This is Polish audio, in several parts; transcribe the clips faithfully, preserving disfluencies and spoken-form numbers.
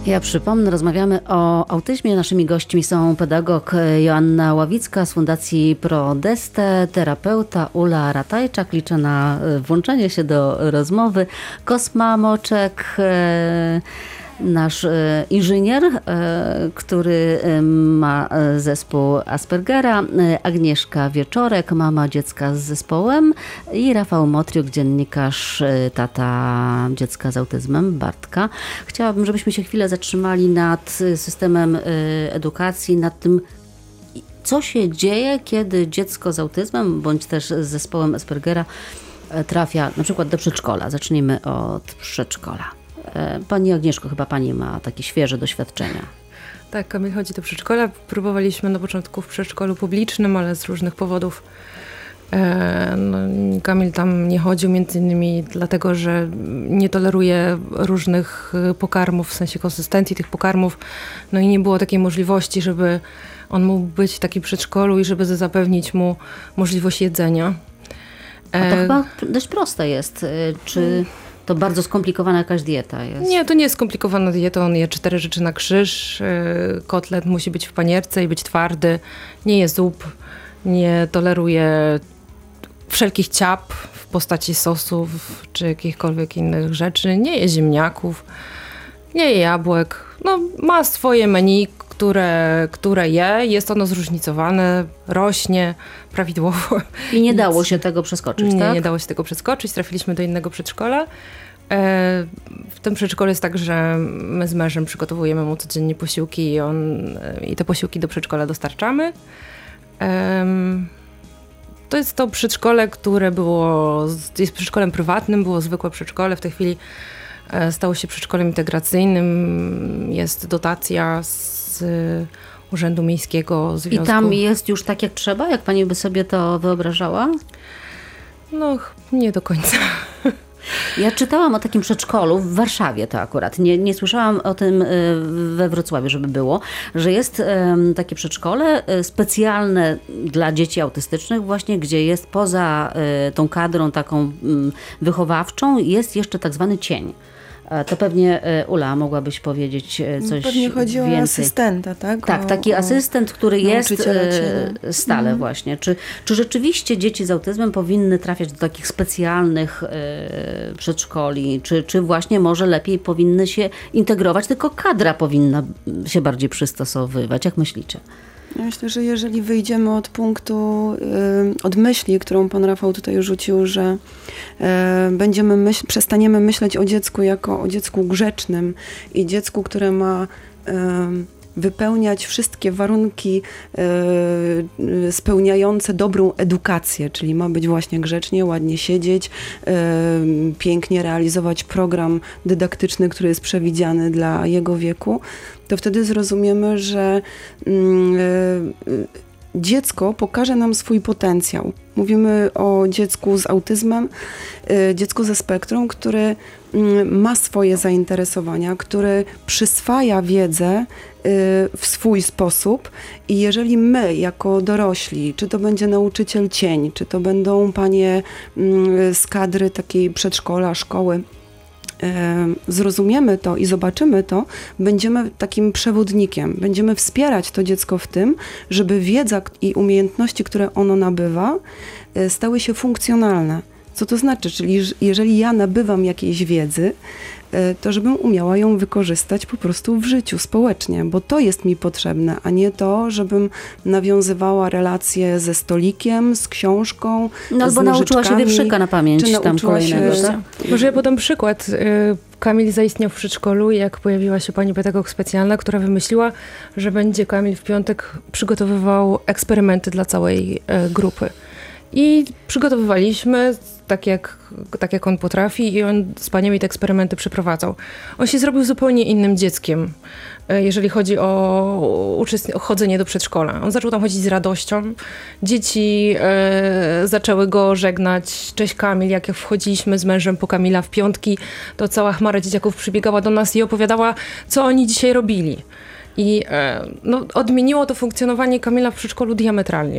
Ja przypomnę, rozmawiamy o autyzmie. Naszymi gośćmi są pedagog Joanna Ławicka z Fundacji Prodeste, terapeuta Ula Ratajczak. Liczę na włączenie się do rozmowy. Kosma Moczek, nasz inżynier, który ma zespół Aspergera, Agnieszka Wieczorek, mama dziecka z zespołem i Rafał Motriuk, dziennikarz, tata dziecka z autyzmem, Bartka. Chciałabym, żebyśmy się chwilę zatrzymali nad systemem edukacji, nad tym, co się dzieje, kiedy dziecko z autyzmem, bądź też z zespołem Aspergera trafia na przykład do przedszkola. Zacznijmy od przedszkola. Pani Agnieszko, chyba pani ma takie świeże doświadczenia. Tak, Kamil chodzi do przedszkola. Próbowaliśmy na początku w przedszkolu publicznym, ale z różnych powodów e, no, Kamil tam nie chodził, między innymi dlatego, że nie toleruje różnych pokarmów, w sensie konsystencji tych pokarmów. No i nie było takiej możliwości, żeby on mógł być w takim przedszkolu i żeby zapewnić mu możliwość jedzenia. E, A to chyba dość proste jest. Czy... To bardzo skomplikowana jakaś dieta jest. Nie, to nie jest skomplikowana dieta. On je cztery rzeczy na krzyż. Kotlet musi być w panierce i być twardy. Nie je zup. Nie toleruje wszelkich ciap w postaci sosów czy jakichkolwiek innych rzeczy. Nie je ziemniaków. Nie je jabłek. No, ma swoje menu, które, które je. Jest ono zróżnicowane, rośnie prawidłowo. I nie dało się tego przeskoczyć, nie, tak? Nie dało się tego przeskoczyć. Trafiliśmy do innego przedszkola. W tym przedszkolu jest tak, że my z mężem przygotowujemy mu codziennie posiłki i, on, i te posiłki do przedszkola dostarczamy. To jest to przedszkole, które było, jest przedszkolem prywatnym, było zwykłe przedszkole. W tej chwili stało się przedszkolem integracyjnym. Jest dotacja z Urzędu Miejskiego Związku. I tam jest już tak jak trzeba? Jak pani by sobie to wyobrażała? No, nie do końca. Ja czytałam o takim przedszkolu w Warszawie to akurat. Nie, nie słyszałam o tym we Wrocławiu, żeby było, że jest takie przedszkole specjalne dla dzieci autystycznych właśnie, gdzie jest poza tą kadrą taką wychowawczą jest jeszcze tak zwany cień. To pewnie Ula mogłabyś powiedzieć coś więcej. Pewnie chodzi o asystenta, tak? Tak, o, taki o asystent, który jest stale mm. właśnie. Czy, czy rzeczywiście dzieci z autyzmem powinny trafiać do takich specjalnych y, przedszkoli? Czy, czy właśnie może lepiej powinny się integrować, tylko kadra powinna się bardziej przystosowywać? Jak myślicie? Ja myślę, że jeżeli wyjdziemy od punktu, y, od myśli, którą pan Rafał tutaj rzucił, że y, będziemy myśl, przestaniemy myśleć o dziecku jako o dziecku grzecznym i dziecku, które ma y, wypełniać wszystkie warunki y, spełniające dobrą edukację, czyli ma być właśnie grzecznie, ładnie siedzieć, y, pięknie realizować program dydaktyczny, który jest przewidziany dla jego wieku, to wtedy zrozumiemy, że y, y, dziecko pokaże nam swój potencjał. Mówimy o dziecku z autyzmem, y, dziecku ze spektrum, który y, ma swoje zainteresowania, który przyswaja wiedzę w swój sposób i jeżeli my jako dorośli, czy to będzie nauczyciel cień, czy to będą panie z kadry takiej przedszkola, szkoły, zrozumiemy to i zobaczymy to, będziemy takim przewodnikiem, będziemy wspierać to dziecko w tym, żeby wiedza i umiejętności, które ono nabywa, stały się funkcjonalne. Co to znaczy? Czyli jeżeli ja nabywam jakiejś wiedzy, to żebym umiała ją wykorzystać po prostu w życiu społecznie, bo to jest mi potrzebne, a nie to, żebym nawiązywała relacje ze stolikiem, z książką, no, albo z nauczyła się wierszyka na pamięć czy tam kolejnego. Się... Tak? Może ja podam przykład. Kamil zaistniał w przedszkolu, jak pojawiła się pani pedagog specjalna, która wymyśliła, że będzie Kamil w piątek przygotowywał eksperymenty dla całej grupy. I przygotowywaliśmy tak jak, tak jak on potrafi i on z paniami te eksperymenty przeprowadzał. On się zrobił zupełnie innym dzieckiem, jeżeli chodzi o, uczestni- o chodzenie do przedszkola. On zaczął tam chodzić z radością. Dzieci e, zaczęły go żegnać. Cześć Kamil, jak wchodziliśmy z mężem po Kamila w piątki, to cała chmara dzieciaków przybiegała do nas i opowiadała, co oni dzisiaj robili. I e, no, odmieniło to funkcjonowanie Kamila w przedszkolu diametralnie.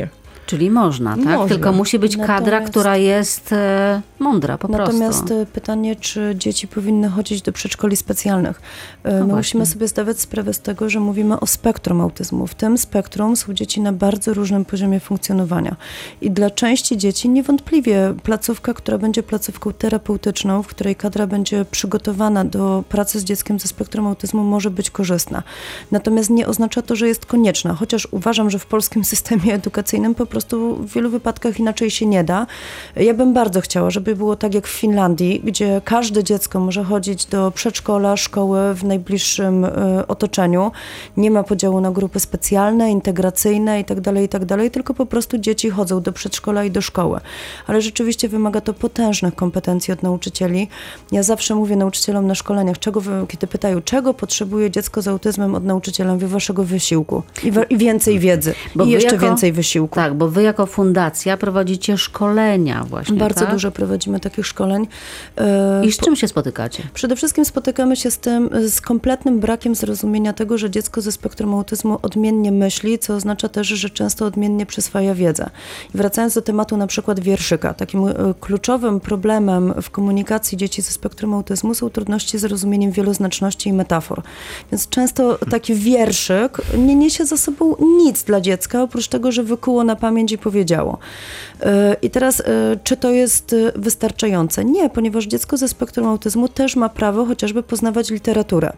Czyli można, tak? Można. Tylko musi być kadra, Natomiast- która jest e, mądra po Natomiast prostu. e, pytanie, czy dzieci powinny chodzić do przedszkoli specjalnych. E, My właśnie. musimy sobie zdawać sprawę z tego, że mówimy o spektrum autyzmu. W tym spektrum są dzieci na bardzo różnym poziomie funkcjonowania. I dla części dzieci niewątpliwie placówka, która będzie placówką terapeutyczną, w której kadra będzie przygotowana do pracy z dzieckiem ze spektrum autyzmu, może być korzystna. Natomiast nie oznacza to, że jest konieczna, chociaż uważam, że w polskim systemie edukacyjnym po prostu w wielu wypadkach inaczej się nie da. Ja bym bardzo chciała, żeby było tak jak w Finlandii, gdzie każde dziecko może chodzić do przedszkola, szkoły w najbliższym y, otoczeniu. Nie ma podziału na grupy specjalne, integracyjne i tak dalej, i tak dalej, tylko po prostu dzieci chodzą do przedszkola i do szkoły. Ale rzeczywiście wymaga to potężnych kompetencji od nauczycieli. Ja zawsze mówię nauczycielom na szkoleniach, czego wy, kiedy pytają, czego potrzebuje dziecko z autyzmem od nauczyciela, mówię, waszego wysiłku. I, wa- i więcej wiedzy. Bo I wy jeszcze jako- więcej wysiłku. Tak, bo wy jako fundacja prowadzicie szkolenia właśnie, Bardzo tak? dużo prowadzimy takich szkoleń. E, I z czym się spotykacie? Przede wszystkim spotykamy się z tym, z kompletnym brakiem zrozumienia tego, że dziecko ze spektrum autyzmu odmiennie myśli, co oznacza też, że często odmiennie przyswaja wiedzę. I wracając do tematu na przykład wierszyka, takim e, kluczowym problemem w komunikacji dzieci ze spektrum autyzmu są trudności z rozumieniem wieloznaczności i metafor. Więc często taki wierszyk nie niesie za sobą nic dla dziecka, oprócz tego, że wykuło na pamięć i powiedziało. E, I teraz, e, czy to jest e, wystarczające? Nie, ponieważ dziecko ze spektrum autyzmu też ma prawo chociażby poznawać literaturę.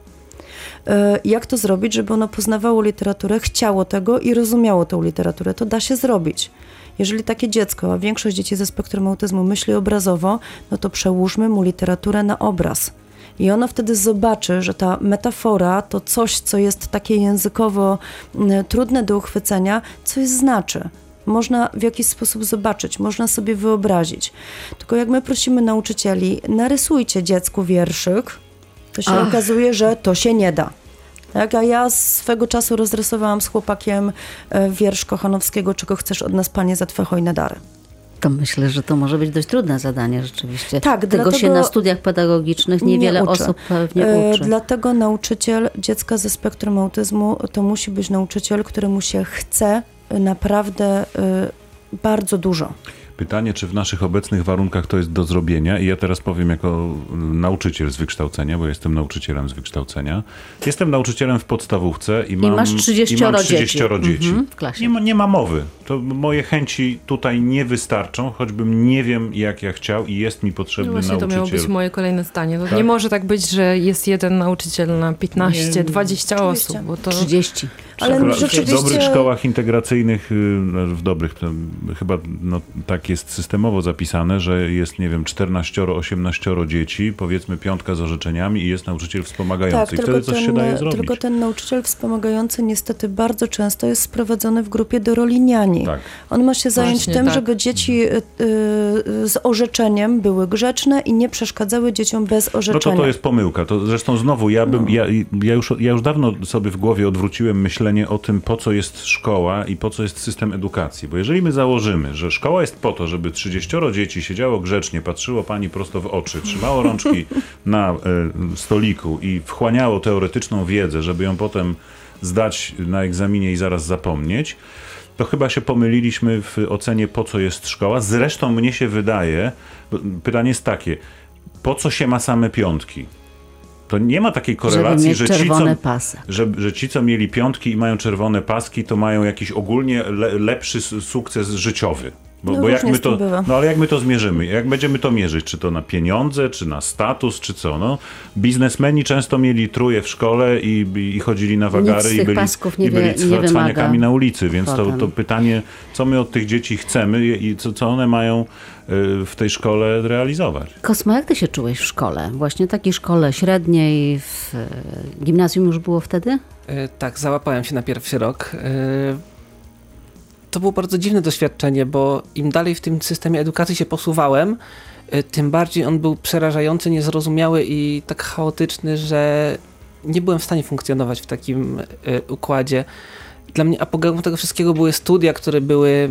E, Jak to zrobić, żeby ono poznawało literaturę, chciało tego i rozumiało tą literaturę? To da się zrobić. Jeżeli takie dziecko, a większość dzieci ze spektrum autyzmu myśli obrazowo, no to przełóżmy mu literaturę na obraz. I ono wtedy zobaczy, że ta metafora to coś, co jest takie językowo mm, trudne do uchwycenia, coś znaczy. Można w jakiś sposób zobaczyć, można sobie wyobrazić. Tylko jak my prosimy nauczycieli, narysujcie dziecku wierszyk, to się Ach. okazuje, że to się nie da. Tak, a ja swego czasu rozrysowałam z chłopakiem e, wiersz Kochanowskiego, czego chcesz od nas, Panie, za Twe hojne dary. To myślę, że to może być dość trudne zadanie rzeczywiście. Tak, Tego dlatego się na studiach pedagogicznych niewiele nie uczy. osób pewnie E, uczy. Dlatego nauczyciel dziecka ze spektrum autyzmu to musi być nauczyciel, któremu się chce naprawdę e, bardzo dużo. Pytanie, czy w naszych obecnych warunkach to jest do zrobienia? I ja teraz powiem jako nauczyciel z wykształcenia, bo jestem nauczycielem z wykształcenia. Jestem nauczycielem w podstawówce i mam, masz trzydzieścioro i mam dzieci. trzydzieścioro dzieci. Mhm, w klasie. Nie ma, nie ma mowy. To moje chęci tutaj nie wystarczą, choćbym nie wiem, jak ja chciał i jest mi potrzebny No właśnie to nauczyciel. miało być moje kolejne zdanie. No Tak? Nie może tak być, że jest jeden nauczyciel na piętnaście, Nie, dwadzieścia oczywiście. osób, bo to... trzydzieści. Ale Akurat rzeczywiście- W dobrych szkołach integracyjnych, y, w dobrych, to chyba no, tak jest systemowo zapisane, że jest, nie wiem, czternaścioro, osiemnaścioro dzieci, powiedzmy piątka z orzeczeniami i jest nauczyciel wspomagający. I wtedy coś się daje zrobić. tylko ten nauczyciel wspomagający niestety bardzo często jest sprowadzony w grupie do roli niani. Tak. On ma się zająć Właśnie tym, tak. żeby dzieci y, y, z orzeczeniem były grzeczne i nie przeszkadzały dzieciom bez No orzeczenia. to to jest pomyłka. To zresztą znowu ja bym, ja, ja, już, ja już dawno sobie w głowie odwróciłem myślenie o tym, po co jest szkoła i po co jest system edukacji. Bo jeżeli my założymy, że szkoła jest po to, żeby trzydzieścioro dzieci siedziało grzecznie, patrzyło pani prosto w oczy, trzymało rączki na e, stoliku i wchłaniało teoretyczną wiedzę, żeby ją potem zdać na egzaminie i zaraz zapomnieć, to chyba się pomyliliśmy w ocenie, po co jest szkoła. Zresztą mnie się wydaje, bo pytanie jest takie, po co się ma same piątki? To nie ma takiej Żeby korelacji, mieć że ci, co, czerwone pasy. że, że ci, co mieli piątki i mają czerwone paski, to mają jakiś ogólnie le, lepszy s- sukces życiowy. Bo, No bo jak różnie my z tym to, bywa. no ale jak my to zmierzymy? Jak będziemy to mierzyć? Czy to na pieniądze, czy na status, czy co? No, biznesmeni często mieli truje w szkole i, i chodzili na wagary Nic z i tych byli, pasków nie i byli wie- cwa- nie wymaga cwaniakami na ulicy, więc to, potem. to pytanie, co my od tych dzieci chcemy i co, co one mają y, w tej szkole realizować? Kosmo, jak ty się czułeś w szkole? Właśnie takiej szkole średniej, w e, gimnazjum już było wtedy? E, Tak, załapałem się na pierwszy rok. E, To było bardzo dziwne doświadczenie, bo im dalej w tym systemie edukacji się posuwałem, e, tym bardziej on był przerażający, niezrozumiały i tak chaotyczny, że nie byłem w stanie funkcjonować w takim e, układzie. Dla mnie apogeum tego wszystkiego były studia, które były,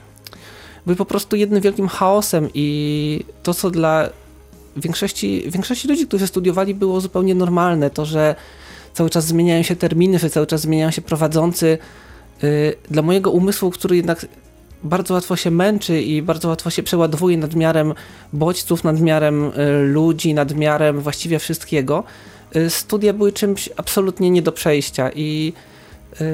były po prostu jednym wielkim chaosem i to, co dla większości, większości ludzi, którzy studiowali, było zupełnie normalne, to, że cały czas zmieniają się terminy, że cały czas zmieniają się prowadzący. Yy, dla mojego umysłu, który jednak bardzo łatwo się męczy i bardzo łatwo się przeładowuje nadmiarem bodźców, nadmiarem ludzi, nadmiarem właściwie wszystkiego. Studia były czymś absolutnie nie do przejścia i yy,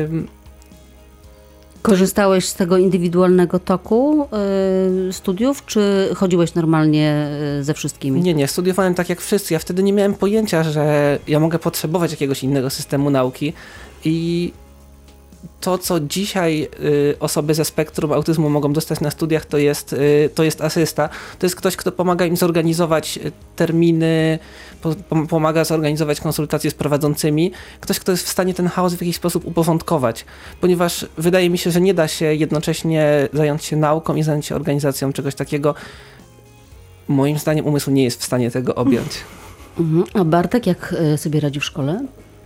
Korzystałeś z tego indywidualnego toku y, studiów, czy chodziłeś normalnie y, ze wszystkimi? Nie, nie, studiowałem tak jak wszyscy. Ja wtedy nie miałem pojęcia, że ja mogę potrzebować jakiegoś innego systemu nauki i to, co dzisiaj y, osoby ze spektrum autyzmu mogą dostać na studiach, to jest, y, to jest asysta. To jest ktoś, kto pomaga im zorganizować terminy, po, pomaga zorganizować konsultacje z prowadzącymi. Ktoś, kto jest w stanie ten chaos w jakiś sposób uporządkować. Ponieważ wydaje mi się, że nie da się jednocześnie zająć się nauką i zająć się organizacją czegoś takiego. Moim zdaniem umysł nie jest w stanie tego objąć. Mhm. A Bartek, jak y, sobie radzi w szkole?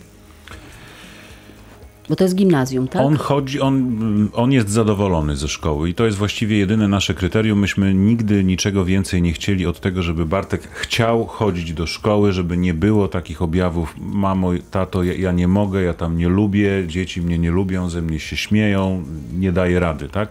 Bo to jest gimnazjum, tak? On chodzi, on, on jest zadowolony ze szkoły i to jest właściwie jedyne nasze kryterium. Myśmy nigdy niczego więcej nie chcieli od tego, żeby Bartek chciał chodzić do szkoły, żeby nie było takich objawów: mamo, tato, ja, ja nie mogę, ja tam nie lubię, dzieci mnie nie lubią, ze mnie się śmieją, nie daję rady, tak?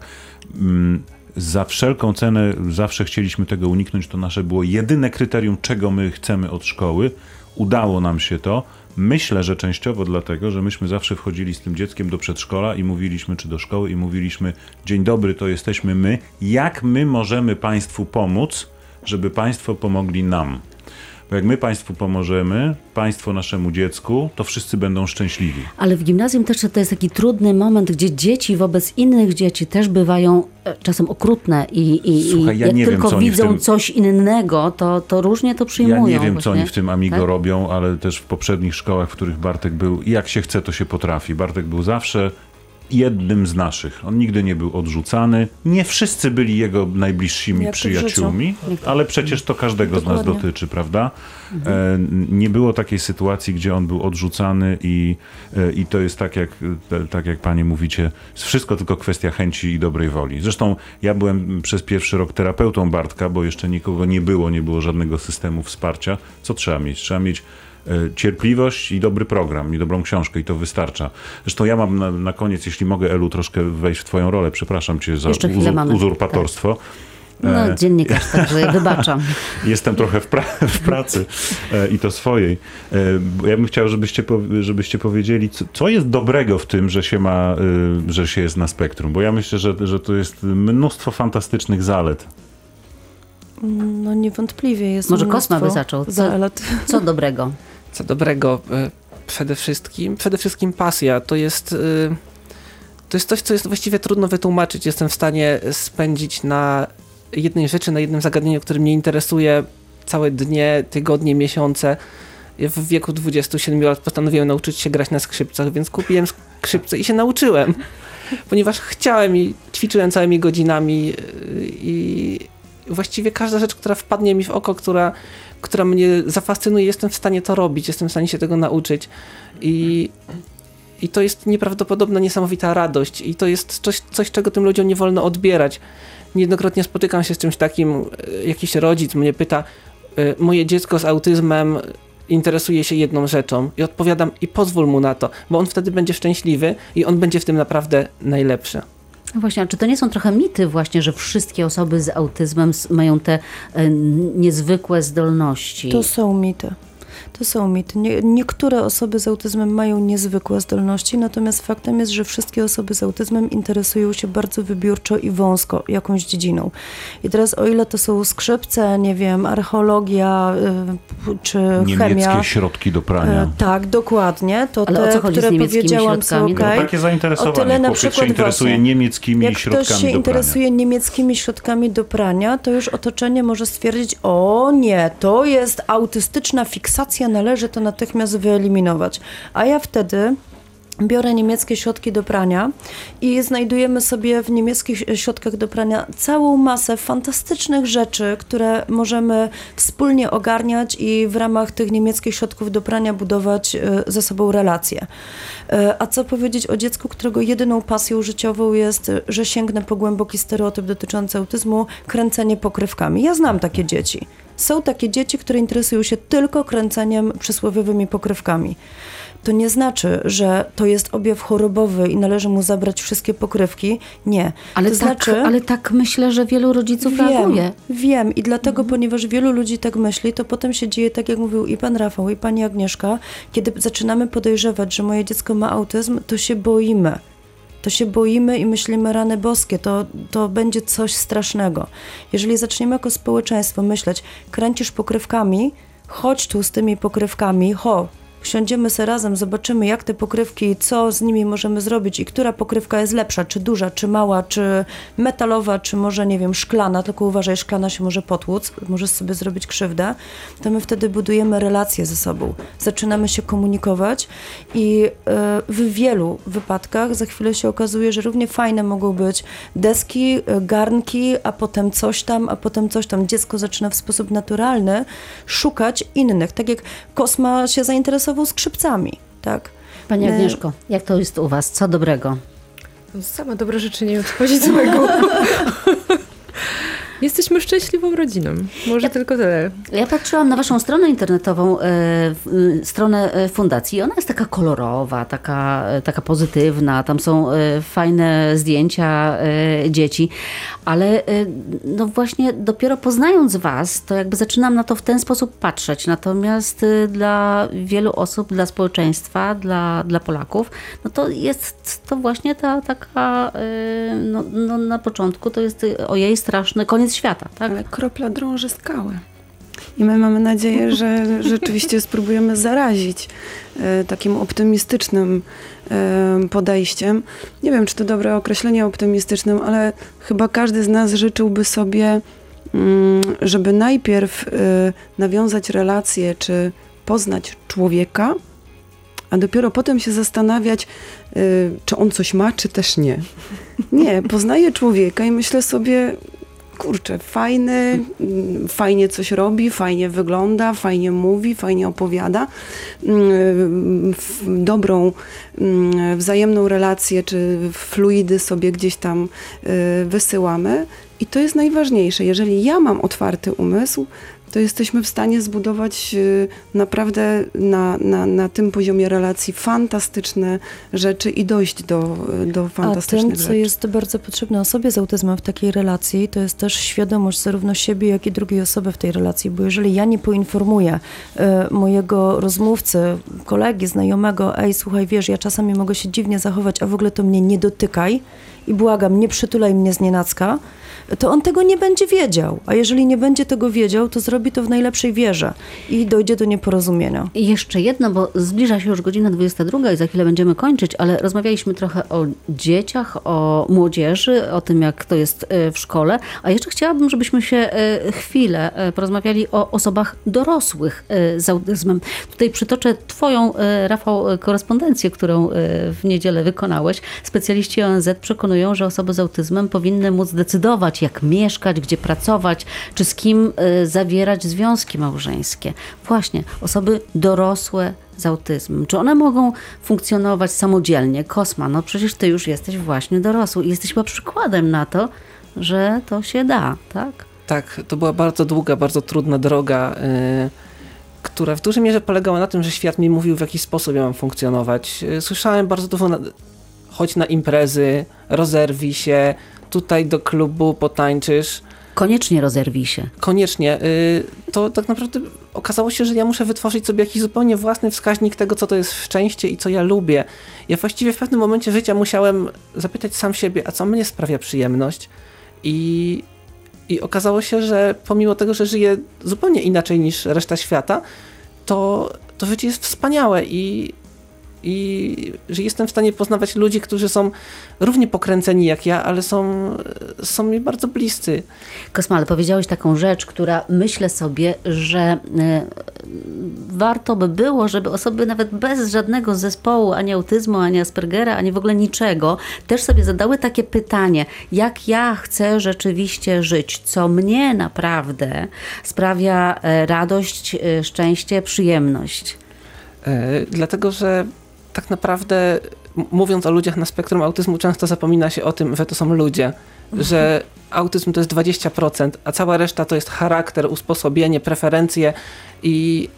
Za wszelką cenę zawsze chcieliśmy tego uniknąć. To nasze było jedyne kryterium, czego my chcemy od szkoły. Udało nam się to. Myślę, że częściowo dlatego, że myśmy zawsze wchodzili z tym dzieckiem do przedszkola i mówiliśmy, czy do szkoły i mówiliśmy: dzień dobry, to jesteśmy my. Jak my możemy państwu pomóc, żeby państwo pomogli nam? Bo jak my państwu pomożemy, państwo naszemu dziecku, to wszyscy będą szczęśliwi. Ale w gimnazjum też to jest taki trudny moment, gdzie dzieci wobec innych dzieci też bywają czasem okrutne i, i, Słuchaj, ja jak nie tylko wiem, co oni widzą w tym... coś innego, to, to różnie to przyjmują. Ja nie wiem, właśnie. co oni w tym Amigo tak? robią, ale też w poprzednich szkołach, w których Bartek był, jak się chce, to się potrafi. Bartek był zawsze jednym z naszych. On nigdy nie był odrzucany. Nie wszyscy byli jego najbliższymi Jak przyjaciółmi, ale przecież to każdego Dokładnie. z nas dotyczy, prawda? Mhm. E, nie było takiej sytuacji, gdzie on był odrzucany i, e, i to jest tak jak, te, tak jak panie mówicie, wszystko tylko kwestia chęci i dobrej woli. Zresztą ja byłem przez pierwszy rok terapeutą Bartka, bo jeszcze nikogo nie było, nie było żadnego systemu wsparcia. Co trzeba mieć? Trzeba mieć cierpliwość i dobry program, i dobrą książkę, i to wystarcza. Zresztą ja mam na, na koniec, jeśli mogę, Elu, troszkę wejść w twoją rolę, przepraszam cię za uzur, uzurpatorstwo. Tak. No, dziennikarz, także wybaczam. Jestem trochę w, pra- w pracy e, i to swojej. E, ja bym chciał, żebyście, po- żebyście powiedzieli, co, co jest dobrego w tym, że się ma, y, że się jest na spektrum, bo ja myślę, że, że to jest mnóstwo fantastycznych zalet. No niewątpliwie jest Może mnóstwo Kosma by zaczął. Co, zalet. co dobrego? Co dobrego, przede wszystkim, przede wszystkim pasja. To jest, to jest coś, co jest właściwie trudno wytłumaczyć. Jestem w stanie spędzić na jednej rzeczy, na jednym zagadnieniu, które mnie interesuje, całe dnie, tygodnie, miesiące. Ja w wieku dwudziestu siedmiu lat postanowiłem nauczyć się grać na skrzypcach, więc kupiłem skrzypce i się nauczyłem. Ponieważ chciałem i ćwiczyłem całymi godzinami i właściwie każda rzecz, która wpadnie mi w oko, która, która mnie zafascynuje, jestem w stanie to robić, jestem w stanie się tego nauczyć. I, i to jest nieprawdopodobna, niesamowita radość. I to jest coś, coś, czego tym ludziom nie wolno odbierać. Niejednokrotnie spotykam się z czymś takim, jakiś rodzic mnie pyta: moje dziecko z autyzmem interesuje się jedną rzeczą. I odpowiadam: i pozwól mu na to, bo on wtedy będzie szczęśliwy i on będzie w tym naprawdę najlepszy. No właśnie, a czy to nie są trochę mity właśnie, że wszystkie osoby z autyzmem mają te e, niezwykłe zdolności? To są mity. To są mity. Nie, niektóre osoby z autyzmem mają niezwykłe zdolności, natomiast faktem jest, że wszystkie osoby z autyzmem interesują się bardzo wybiórczo i wąsko jakąś dziedziną. I teraz o ile to są skrzypce, nie wiem, archeologia y, czy Niemieckie chemia. Niemieckie środki do prania. Y, tak, dokładnie. To Ale te, o co chodzi które z niemieckimi powiedziałam, są środkami? okej. No, takie zainteresowanie. O tyle na Chłopiec się przykład interesuje właśnie, niemieckimi jak środkami ktoś się do interesuje prania. niemieckimi środkami do prania, to już otoczenie może stwierdzić: o nie, to jest autystyczna fiksacja, należy to natychmiast wyeliminować. A ja wtedy biorę niemieckie środki do prania i znajdujemy sobie w niemieckich środkach do prania całą masę fantastycznych rzeczy, które możemy wspólnie ogarniać i w ramach tych niemieckich środków do prania budować ze sobą relacje. A co powiedzieć o dziecku, którego jedyną pasją życiową jest, że sięgnę po głęboki stereotyp dotyczący autyzmu, kręcenie pokrywkami. Ja znam takie dzieci. Są takie dzieci, które interesują się tylko kręceniem przysłowiowymi pokrywkami. to nie znaczy, że to jest objaw chorobowy i należy mu zabrać wszystkie pokrywki. Nie. Ale, to tak, znaczy, ale tak myślę, że wielu rodziców wiem, reaguje. Wiem i dlatego, ponieważ wielu ludzi tak myśli, to potem się dzieje, tak jak mówił i pan Rafał, i pani Agnieszka, kiedy zaczynamy podejrzewać, że moje dziecko ma autyzm, to się boimy. To się boimy i myślimy, rany boskie, to, to będzie coś strasznego. Jeżeli zaczniemy jako społeczeństwo myśleć, kręcisz pokrywkami, chodź tu z tymi pokrywkami, ho, siądziemy sobie razem, zobaczymy jak te pokrywki, co z nimi możemy zrobić i która pokrywka jest lepsza, czy duża, czy mała, czy metalowa, czy może, nie wiem, szklana, tylko uważaj, szklana się może potłuc, możesz sobie zrobić krzywdę, to my wtedy budujemy relacje ze sobą, zaczynamy się komunikować i w wielu wypadkach za chwilę się okazuje, że równie fajne mogą być deski, garnki, a potem coś tam, a potem coś tam. Dziecko zaczyna w sposób naturalny szukać innych, tak jak Kosma się zainteresował skrzypcami, tak? Pani Agnieszko, jak to jest u was? Co dobrego? Same dobre rzeczy nie odchodzi złego. Jesteśmy szczęśliwą rodziną. Może ja, tylko tyle. Ja patrzyłam na waszą stronę internetową, e, stronę fundacji. Ona jest taka kolorowa, taka, taka pozytywna. Tam są e, fajne zdjęcia e, dzieci. Ale e, no właśnie dopiero poznając was, to jakby zaczynam na to w ten sposób patrzeć. Natomiast e, dla wielu osób, dla społeczeństwa, dla, dla Polaków, no to jest to właśnie ta taka, e, no, no na początku to jest ojej straszny koniec świata, tak? Ale kropla drąży skałę. I my mamy nadzieję, że rzeczywiście spróbujemy zarazić e, takim optymistycznym e, podejściem. Nie wiem, czy to dobre określenie optymistycznym, ale chyba każdy z nas życzyłby sobie, mm, żeby najpierw e, nawiązać relację, czy poznać człowieka, a dopiero potem się zastanawiać, y, czy on coś ma, czy też nie. Nie, poznaję człowieka i myślę sobie, kurczę, fajny, fajnie coś robi, fajnie wygląda, fajnie mówi, fajnie opowiada, dobrą, wzajemną relację, czy fluidy sobie gdzieś tam wysyłamy. I to jest najważniejsze. Jeżeli ja mam otwarty umysł, to jesteśmy w stanie zbudować naprawdę na, na, na tym poziomie relacji fantastyczne rzeczy i dojść do, do fantastycznych rzeczy. A tym, co jest bardzo potrzebne osobie z autyzmem w takiej relacji, to jest też świadomość zarówno siebie, jak i drugiej osoby w tej relacji, bo jeżeli ja nie poinformuję y, mojego rozmówcy, kolegi, znajomego, ej, słuchaj, wiesz, ja czasami mogę się dziwnie zachować, a w ogóle to mnie nie dotykaj i błagam, nie przytulaj mnie znienacka, to on tego nie będzie wiedział. A jeżeli nie będzie tego wiedział, to zrobi to w najlepszej wierze i dojdzie do nieporozumienia. I jeszcze jedno, bo zbliża się już godzina dwudziesta druga i za chwilę będziemy kończyć, ale rozmawialiśmy trochę o dzieciach, o młodzieży, o tym, jak to jest w szkole, a jeszcze chciałabym, żebyśmy się chwilę porozmawiali o osobach dorosłych z autyzmem. Tutaj przytoczę twoją, Rafał, korespondencję, którą w niedzielę wykonałeś. Specjaliści O N Z przekonują, że osoby z autyzmem powinny móc decydować, jak mieszkać, gdzie pracować, czy z kim y, zawierać związki małżeńskie. Właśnie, osoby dorosłe z autyzmem. Czy one mogą funkcjonować samodzielnie? Kosma, no przecież ty już jesteś właśnie dorosły i jesteś chyba przykładem na to, że to się da, tak? Tak, to była bardzo długa, bardzo trudna droga, yy, która w dużej mierze polegała na tym, że świat mi mówił, w jaki sposób ja mam funkcjonować. Yy, słyszałem bardzo dużo, na, chodź na imprezy, rozerwij się, tutaj do klubu potańczysz. Koniecznie rozerwij się. Koniecznie. To tak naprawdę okazało się, że ja muszę wytworzyć sobie jakiś zupełnie własny wskaźnik tego, co to jest szczęście i co ja lubię. Ja właściwie w pewnym momencie życia musiałem zapytać sam siebie, a co mnie sprawia przyjemność? I, i okazało się, że pomimo tego, że żyję zupełnie inaczej niż reszta świata, to, to życie jest wspaniałe i I że jestem w stanie poznawać ludzi, którzy są równie pokręceni jak ja, ale są, są mi bardzo bliscy. Kosma, ale powiedziałeś taką rzecz, która myślę sobie, że y, warto by było, żeby osoby nawet bez żadnego zespołu, ani autyzmu, ani Aspergera, ani w ogóle niczego, też sobie zadały takie pytanie, jak ja chcę rzeczywiście żyć, co mnie naprawdę sprawia radość, szczęście, przyjemność. Yy, dlatego, że tak naprawdę mówiąc o ludziach na spektrum autyzmu często zapomina się o tym, że to są ludzie, mhm. że autyzm to jest dwadzieścia procent, a cała reszta to jest charakter, usposobienie, preferencje i,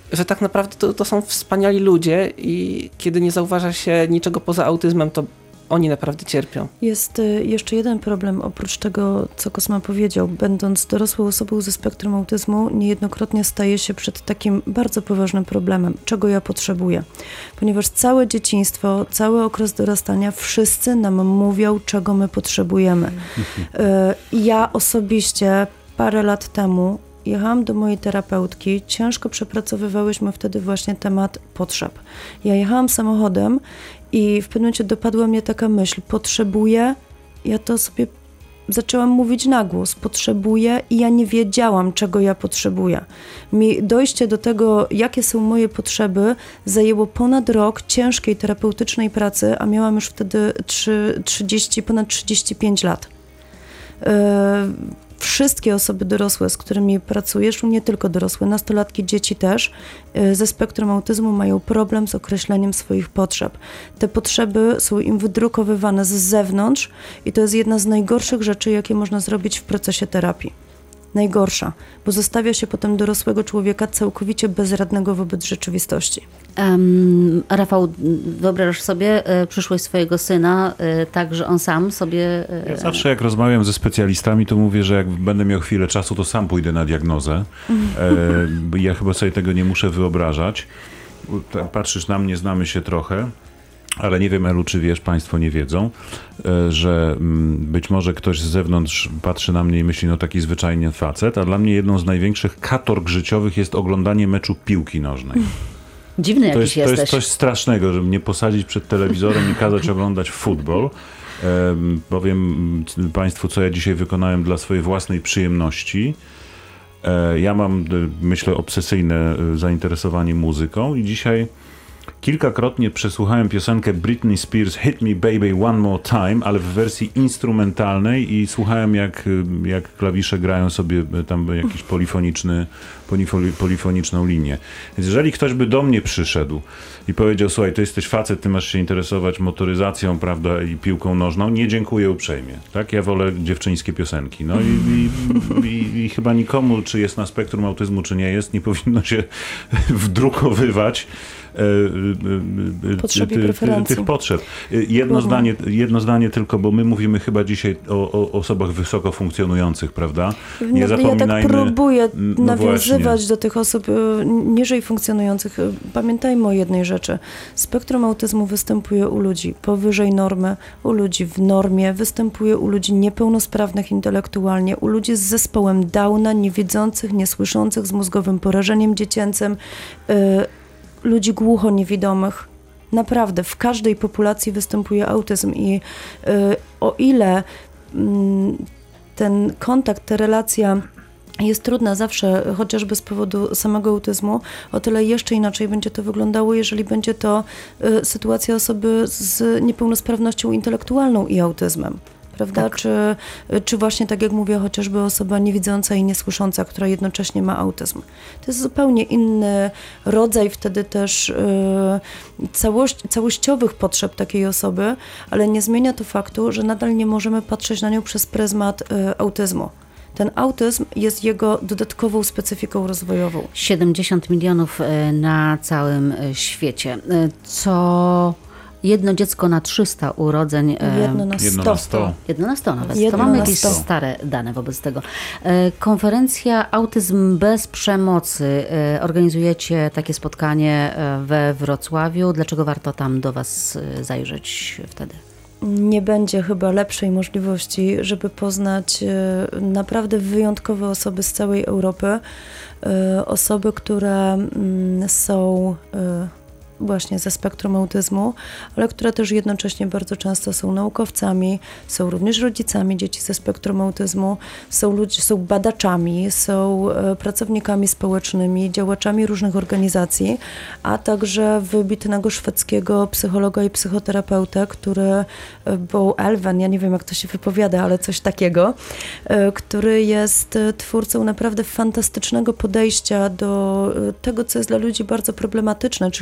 że tak naprawdę to, to są wspaniali ludzie i kiedy nie zauważa się niczego poza autyzmem, to oni naprawdę cierpią. Jest y, jeszcze jeden problem, oprócz tego, co Kosma powiedział. Będąc dorosłą osobą ze spektrum autyzmu, niejednokrotnie staje się przed takim bardzo poważnym problemem, czego ja potrzebuję. Ponieważ całe dzieciństwo, cały okres dorastania, wszyscy nam mówią, czego my potrzebujemy. Y, ja osobiście parę lat temu jechałam do mojej terapeutki, ciężko przepracowywałyśmy wtedy właśnie temat potrzeb. Ja jechałam samochodem i w pewnym momencie dopadła mnie taka myśl, potrzebuję, ja to sobie zaczęłam mówić na głos, potrzebuję i ja nie wiedziałam, czego ja potrzebuję. Mi dojście do tego, jakie są moje potrzeby, zajęło ponad rok ciężkiej terapeutycznej pracy, a miałam już wtedy trzydzieści, ponad trzydzieści pięć lat. Yy, Wszystkie osoby dorosłe, z którymi pracujesz, nie tylko dorosłe, nastolatki, dzieci też, ze spektrum autyzmu mają problem z określeniem swoich potrzeb. Te potrzeby są im wydrukowywane z zewnątrz i to jest jedna z najgorszych rzeczy, jakie można zrobić w procesie terapii. Najgorsza, bo zostawia się potem dorosłego człowieka całkowicie bezradnego wobec rzeczywistości. Um, Rafał, wyobrażasz sobie e, przyszłość swojego syna e, tak, że on sam sobie... E, ja zawsze jak rozmawiam ze specjalistami, to mówię, że jak będę miał chwilę czasu, to sam pójdę na diagnozę. E, ja chyba sobie tego nie muszę wyobrażać. Patrzysz na mnie, znamy się trochę. Ale nie wiem, Elu, czy wiesz, państwo nie wiedzą, że być może ktoś z zewnątrz patrzy na mnie i myśli, no taki zwyczajny facet, a dla mnie jedną z największych katorg życiowych jest oglądanie meczu piłki nożnej. Dziwny to jakiś jest, to jesteś. jest coś strasznego, żeby mnie posadzić przed telewizorem i kazać oglądać futbol. Um, powiem państwu, co ja dzisiaj wykonałem dla swojej własnej przyjemności. E, ja mam, myślę, obsesyjne zainteresowanie muzyką i dzisiaj kilkakrotnie przesłuchałem piosenkę Britney Spears Hit Me Baby One More Time, ale w wersji instrumentalnej i słuchałem jak, jak klawisze grają sobie tam jakiś polifoniczny, polifoni, polifoniczną linię. Więc jeżeli ktoś by do mnie przyszedł i powiedział, słuchaj, ty jesteś facet, ty masz się interesować motoryzacją, prawda, i piłką nożną, nie dziękuję uprzejmie. Tak? Ja wolę dziewczyńskie piosenki. No i, i, i, i chyba nikomu, czy jest na spektrum autyzmu, czy nie jest, nie powinno się wdrukowywać Potrzeb i ty, preferencji. tych potrzeb. Jedno zdanie, jedno zdanie tylko, bo my mówimy chyba dzisiaj o, o osobach wysoko funkcjonujących, prawda? Nie no, zapominajmy. Ja tak próbuję no nawiązywać właśnie. do tych osób niżej funkcjonujących. Pamiętajmy o jednej rzeczy. Spektrum autyzmu występuje u ludzi powyżej normy, u ludzi w normie, występuje u ludzi niepełnosprawnych intelektualnie, u ludzi z zespołem Downa, niewidzących, niesłyszących, z mózgowym porażeniem dziecięcym, y ludzi głuchoniewidomych. Naprawdę, w każdej populacji występuje autyzm i y, o ile y, ten kontakt, ta relacja jest trudna zawsze, chociażby z powodu samego autyzmu, o tyle jeszcze inaczej będzie to wyglądało, jeżeli będzie to y, sytuacja osoby z niepełnosprawnością intelektualną i autyzmem. Prawda? Tak. Czy, czy właśnie tak jak mówię, chociażby osoba niewidząca i niesłysząca, która jednocześnie ma autyzm. To jest zupełnie inny rodzaj wtedy też yy, całość, całościowych potrzeb takiej osoby, ale nie zmienia to faktu, że nadal nie możemy patrzeć na nią przez pryzmat yy, autyzmu. Ten autyzm jest jego dodatkową specyfiką rozwojową. siedemdziesiąt milionów na całym świecie. Co... Jedno dziecko na trzysta urodzeń. Jedno na sto. Jedno na sto. Jedno na sto nawet. Jedno to mamy na jakieś sto. stare dane wobec tego. Konferencja Autyzm bez przemocy. Organizujecie takie spotkanie we Wrocławiu. Dlaczego warto tam do was zajrzeć wtedy? Nie będzie chyba lepszej możliwości, żeby poznać naprawdę wyjątkowe osoby z całej Europy. Osoby, które są właśnie ze spektrum autyzmu, ale które też jednocześnie bardzo często są naukowcami, są również rodzicami dzieci ze spektrum autyzmu, są, ludzi, są badaczami, są pracownikami społecznymi, działaczami różnych organizacji, a także wybitnego szwedzkiego psychologa i psychoterapeutę, który, Bo Elven, ja nie wiem jak to się wypowiada, ale coś takiego, który jest twórcą naprawdę fantastycznego podejścia do tego, co jest dla ludzi bardzo problematyczne, czyli do zachowania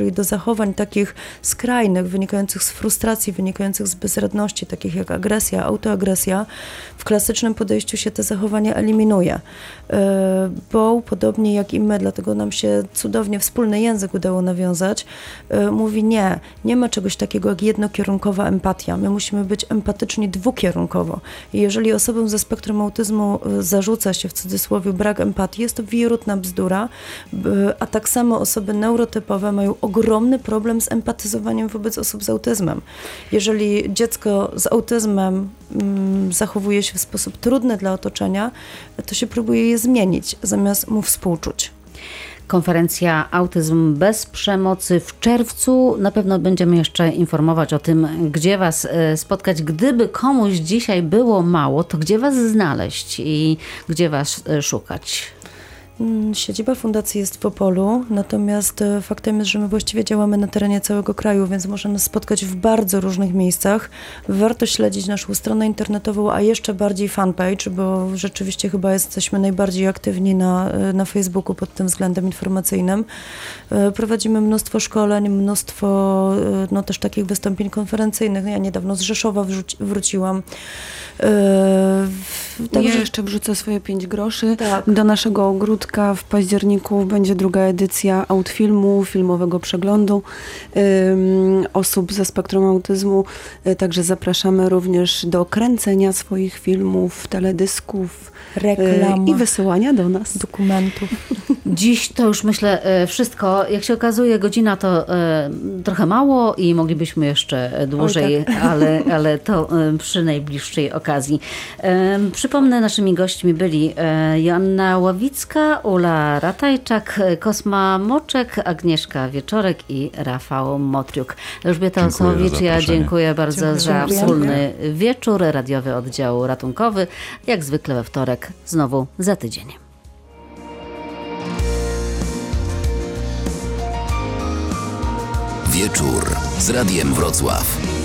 zachowań takich skrajnych, wynikających z frustracji, wynikających z bezradności, takich jak agresja, autoagresja, w klasycznym podejściu się te zachowania eliminuje. Bow, podobnie jak i my, dlatego nam się cudownie wspólny język udało nawiązać, mówi nie, nie ma czegoś takiego jak jednokierunkowa empatia. My musimy być empatyczni dwukierunkowo. I jeżeli osobom ze spektrum autyzmu zarzuca się w cudzysłowie brak empatii, jest to wierutna bzdura, a tak samo osoby neurotypowe mają ogromny problem z empatyzowaniem wobec osób z autyzmem. Jeżeli dziecko z autyzmem mm, zachowuje się w sposób trudny dla otoczenia, to się próbuje je zmienić, zamiast mu współczuć. Konferencja Autyzm bez przemocy w czerwcu. Na pewno będziemy jeszcze informować o tym, gdzie Was spotkać. Gdyby komuś dzisiaj było mało, to gdzie Was znaleźć i gdzie Was szukać? Siedziba fundacji jest w Opolu, natomiast faktem jest, że my właściwie działamy na terenie całego kraju, więc można nas spotkać w bardzo różnych miejscach. Warto śledzić naszą stronę internetową, a jeszcze bardziej fanpage, bo rzeczywiście chyba jesteśmy najbardziej aktywni na, na Facebooku pod tym względem informacyjnym. Prowadzimy mnóstwo szkoleń, mnóstwo no, też takich wystąpień konferencyjnych. Ja niedawno z Rzeszowa wrzuci, wróciłam. Także... Ja jeszcze wrzucę swoje pięć groszy. Tak. Do naszego ogródka w październiku będzie druga edycja Outfilmu, filmowego przeglądu um, osób ze spektrum autyzmu. Także zapraszamy również do kręcenia swoich filmów, teledysków, reklam i wysyłania do nas dokumentów. Dziś to już myślę wszystko. Jak się okazuje, godzina to e, trochę mało i moglibyśmy jeszcze dłużej, Oj, tak. ale, ale to e, przy najbliższej okazji. E, przypomnę, naszymi gośćmi byli e, Joanna Ławicka, Ula Ratajczak, Kosma Moczek, Agnieszka Wieczorek i Rafał Motriuk. Elżbieta Osowicz, ja dziękuję bardzo Dziękuję. za Dziękuję. wspólny wieczór. Radiowy Oddział Ratunkowy, jak zwykle we wtorek, znowu za tydzień. Wieczór z Radiem Wrocław.